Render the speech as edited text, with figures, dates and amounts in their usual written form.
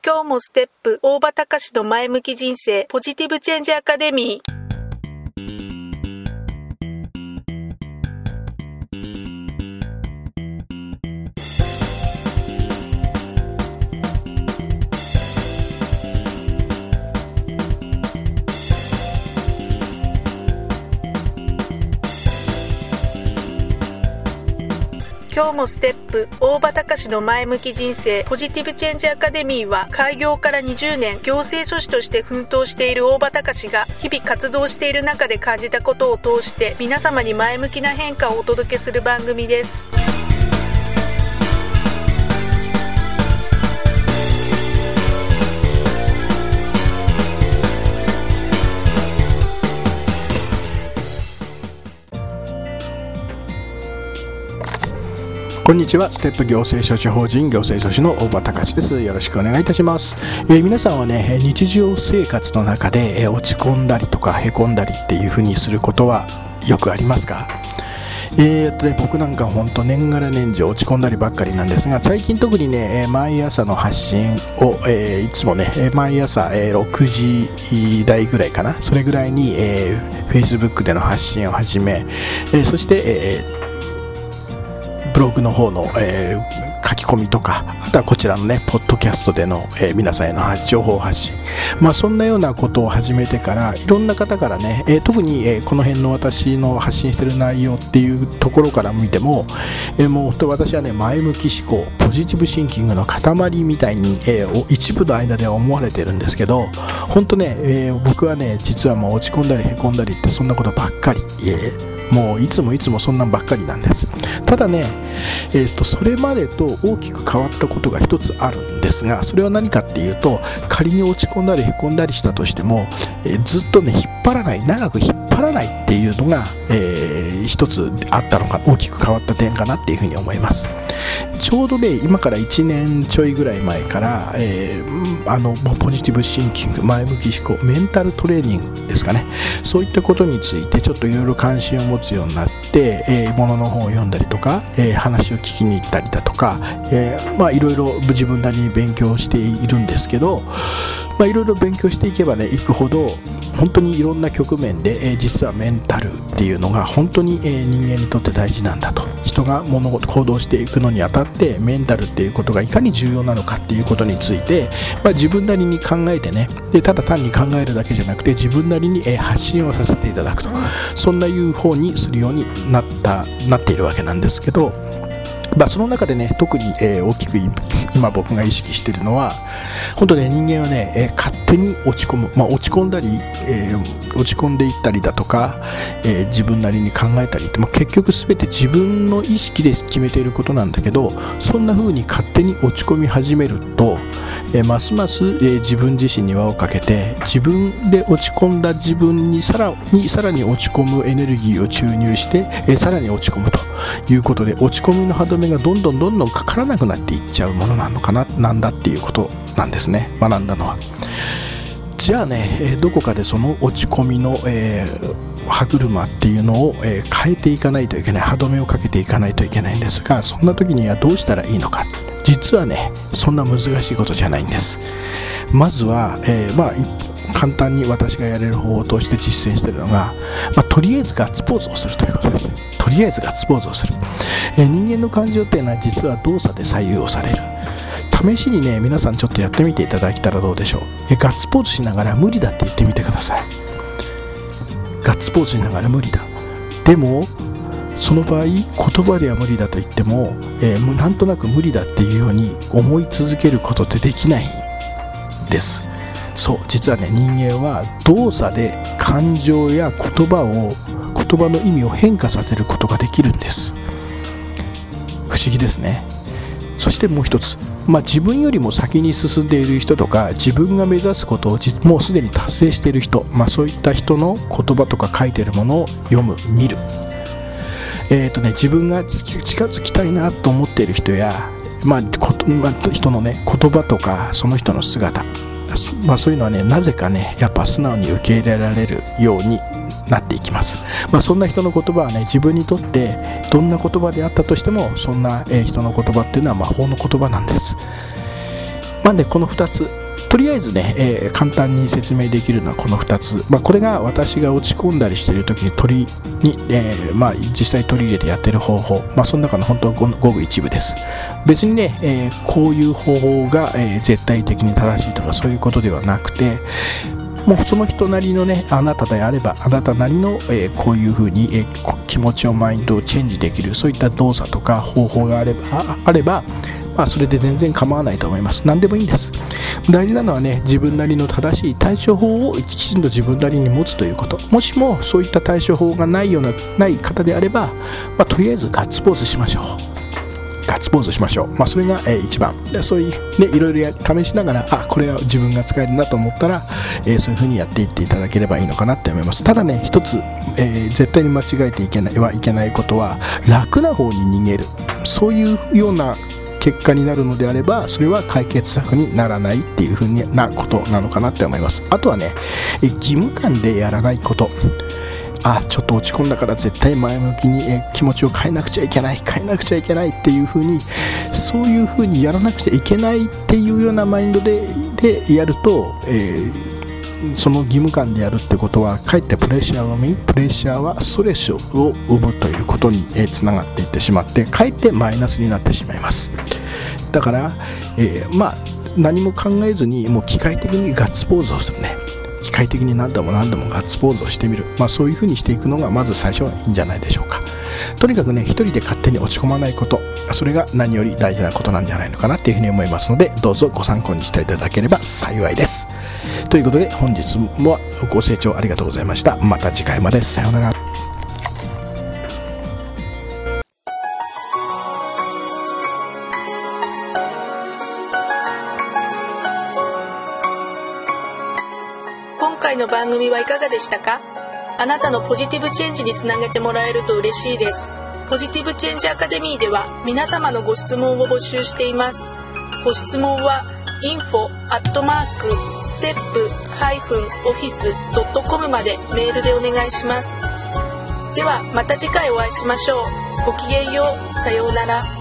今日もステップ大場隆の前向き人生ポジティブチェンジアカデミー。今日もステップ大場隆の前向き人生ポジティブチェンジアカデミーは、開業から20年行政書士として奮闘している大場隆が日々活動している中で感じたことを通して皆様に前向きな変化をお届けする番組です。 こんにちは。ステップ行政書士法人行政書士の大場隆です。よろしくお願いいたします。皆さんはね、日常生活の中で、落ち込んだりとかへこんだりっていう風にすることはよくありますか？僕なんか本当年がら年中落ち込んだりばっかりなんですが、最近特にね、毎朝の発信を、いつもね、毎朝、6時台ぐらいかな、それぐらいに、Facebook での発信を始め、そして、ブログの方の、書き込みとか、あとはこちらのねポッドキャストでの、皆さんへの情報発信、そんなようなことを始めてから、いろんな方からね、特に、この辺の私の発信している内容っていうところから見ても、もう私はね、前向き思考ポジティブシンキングの塊みたいに、一部の間では思われてるんですけど、本当ね、僕はね、実はもう落ち込んだりへこんだりってそんなことばっかり、もういつもそんなんばっかりなんです。ただね、それまでと大きく変わったことが一つあるんですが、それは何かっていうと、仮に落ち込んだりへこんだりしたとしても、ずっとね長く引っ張らないっていうのが、一つあったのか、大きく変わった点かなっていうふうに思います。ちょうどね、今から1年ちょいぐらい前から、ポジティブシンキング、前向き思考、メンタルトレーニングですかね、そういったことについてちょっといろいろ関心を持つようになって、ものの本を読んだりとか、話を聞きに行ったりだとか、いろいろ自分なりに勉強しているんですけど、いろいろ勉強していけばね、いくほど本当にいろんな局面で、実はメンタルっていうのが本当に、人間にとって大事なんだと。人が物事行動していくのにあたってメンタルっていうことがいかに重要なのかっていうことについて、自分なりに考えてね、でただ単に考えるだけじゃなくて自分なりに、発信をさせていただくと、そんないう方にするようになっているわけなんですけど、その中でね、特に、大きく今僕が意識しているのは、本当ね、人間はね、勝手に落ち込む、落ち込んだり、落ち込んでいったりだとか、自分なりに考えたりって、結局全て自分の意識で決めていることなんだけど、そんな風に勝手に落ち込み始めると、ますます、自分自身に輪をかけて、自分で落ち込んだ自分にさらに落ち込むエネルギーを注入して、さらに落ち込むということで、落ち込みの歯止めがどんどんかからなくなっていっちゃうものなのかな、なんだっていうことなんですね、学んだのは。じゃあね、どこかでその落ち込みの、歯車っていうのを、変えていかないといけない、歯止めをかけていかないといけないんですが、そんな時にはどうしたらいいのか。実はね、そんな難しいことじゃないんです。まずは、簡単に私がやれる方法として実践しているのが、とりあえずガッツポーズをするということですね。とりあえずガッツポーズをする。人間の感情っていうのは実は動作で左右をされる。試しにね、皆さんちょっとやってみていただけたらどうでしょう。ガッツポーズしながら無理だって言ってみてください。ガッツポーズしながら無理だ。でもその場合、言葉では無理だと言っても、なんとなく無理だっていうように思い続けることってできないんです。そう、実はね、人間は動作で感情や言葉の意味を変化させることができるんです。不思議ですね。そしてもう一つ、自分よりも先に進んでいる人とか、自分が目指すことをもうすでに達成している人、そういった人の言葉とか書いているものを読む、見る。自分が近づきたいなと思っている人や、人のね、言葉とかその人の姿、そういうのはね、なぜかね、やっぱ素直に受け入れられるようになっていきます。そんな人の言葉はね、自分にとってどんな言葉であったとしても、そんな人の言葉っていうのは魔法の言葉なんです。 この2つとりあえずね、簡単に説明できるのはこの2つ、これが私が落ち込んだりしている時に実際取り入れてやってる方法、その中の本当はごく一部です。別にね、こういう方法が、絶対的に正しいとかそういうことではなくて、もうその人なりのね、あなたであればあなたなりの、こういうふうに、気持ちをマインドをチェンジできるそういった動作とか方法があればそれで全然構わないと思います。何でもいいんです。大事なのはね、自分なりの正しい対処法をきちんと自分なりに持つということ。もしもそういった対処法がない方であれば、とりあえずガッツポーズしましょう。それが、一番で、そういうね、いろいろ試しながらこれは自分が使えるなと思ったら、そういうふうにやっていっていただければいいのかなって思います。ただね、一つ、絶対に間違えていけないことは楽な方に逃げる、そういうような結果になるのであれば、それは解決策にならないっていう風なことなのかなって思います。あとはね、義務感でやらないこと。ちょっと落ち込んだから絶対前向きに気持ちを変えなくちゃいけないっていう風に、そういう風にやらなくちゃいけないっていうようなマインドでやると、その義務感でやるってことはかえってプレッシャーを生み、プレッシャーはストレスを生むということにつながっていってしまって、かえってマイナスになってしまいます。だから、何も考えずにもう機械的にガッツポーズをするね。機械的に何度もガッツポーズをしてみる、そういう風にしていくのがまず最初はいいんじゃないでしょうか。とにかくね、一人で勝手に落ち込まないこと、それが何より大事なことなんじゃないのかなっていうふうに思いますので、どうぞご参考にしていただければ幸いです。ということで、本日もご清聴ありがとうございました。また次回まで。さようなら。 今回の番組はいかがでしたか？あなたのポジティブチェンジにつなげてもらえると嬉しいです。ポジティブチェンジアカデミーでは皆様のご質問を募集しています。ご質問は info@step-office.com までメールでお願いします。ではまた次回お会いしましょう。ごきげんよう。さようなら。